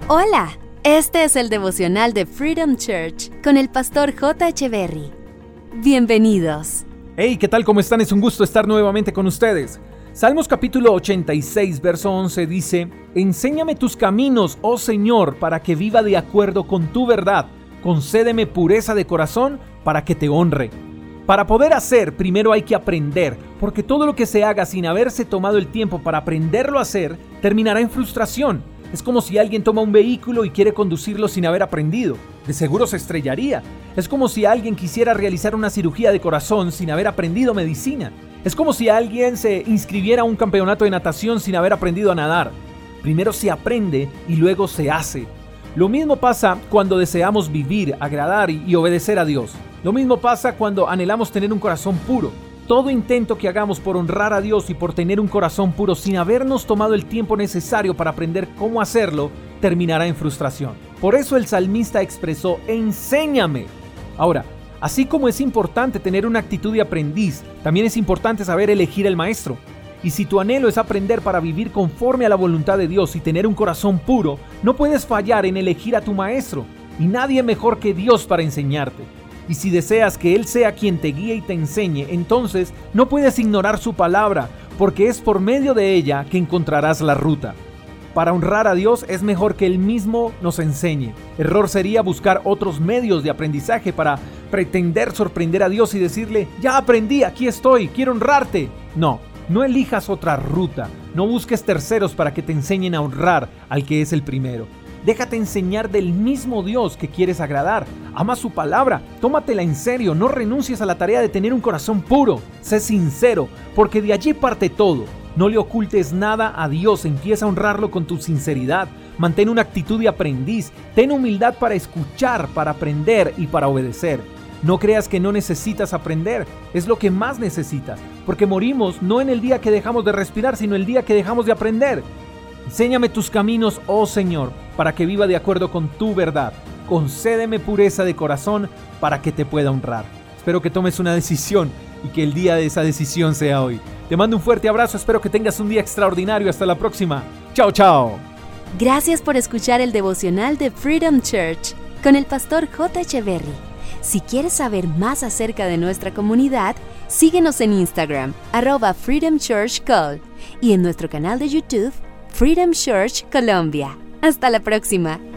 Hola, este es el devocional de Freedom Church con el pastor J. Echeverry. Bienvenidos. Hey, ¿qué tal? ¿Cómo están? Es un gusto estar nuevamente con ustedes. Salmos capítulo 86, verso 11 dice: Enséñame tus caminos, oh Señor, para que viva de acuerdo con tu verdad. Concédeme pureza de corazón para que te honre. Para poder hacer, primero hay que aprender, porque todo lo que se haga sin haberse tomado el tiempo para aprenderlo a hacer, terminará en frustración. Es como si alguien toma un vehículo y quiere conducirlo sin haber aprendido. De seguro se estrellaría. Es como si alguien quisiera realizar una cirugía de corazón sin haber aprendido medicina. Es como si alguien se inscribiera a un campeonato de natación sin haber aprendido a nadar. Primero se aprende y luego se hace. Lo mismo pasa cuando deseamos vivir, agradar y obedecer a Dios. Lo mismo pasa cuando anhelamos tener un corazón puro. Todo intento que hagamos por honrar a Dios y por tener un corazón puro sin habernos tomado el tiempo necesario para aprender cómo hacerlo, terminará en frustración. Por eso el salmista expresó: enséñame. Ahora, así como es importante tener una actitud de aprendiz, también es importante saber elegir el maestro. Y si tu anhelo es aprender para vivir conforme a la voluntad de Dios y tener un corazón puro, no puedes fallar en elegir a tu maestro. Y nadie mejor que Dios para enseñarte. Y si deseas que Él sea quien te guíe y te enseñe, entonces no puedes ignorar su palabra, porque es por medio de ella que encontrarás la ruta. Para honrar a Dios es mejor que Él mismo nos enseñe. Error sería buscar otros medios de aprendizaje para pretender sorprender a Dios y decirle: ya aprendí, aquí estoy, quiero honrarte. No elijas otra ruta. No busques terceros para que te enseñen a honrar al que es el primero. Déjate enseñar del mismo Dios que quieres agradar. Ama su palabra, tómatela en serio, no renuncies a la tarea de tener un corazón puro. Sé sincero, porque de allí parte todo. No le ocultes nada a Dios, empieza a honrarlo con tu sinceridad. Mantén una actitud de aprendiz, ten humildad para escuchar, para aprender y para obedecer. No creas que no necesitas aprender, es lo que más necesitas, porque morimos no en el día que dejamos de respirar, sino el día que dejamos de aprender. Enséñame tus caminos, oh Señor, para que viva de acuerdo con tu verdad. Concédeme pureza de corazón para que te pueda honrar. Espero que tomes una decisión y que el día de esa decisión sea hoy. Te mando un fuerte abrazo, espero que tengas un día extraordinario. Hasta la próxima. Chao, chao. Gracias por escuchar el devocional de Freedom Church con el pastor J. Echeverry. Si quieres saber más acerca de nuestra comunidad, síguenos en Instagram, @Freedom Church Call, y en nuestro canal de YouTube, Freedom Church Colombia. Hasta la próxima.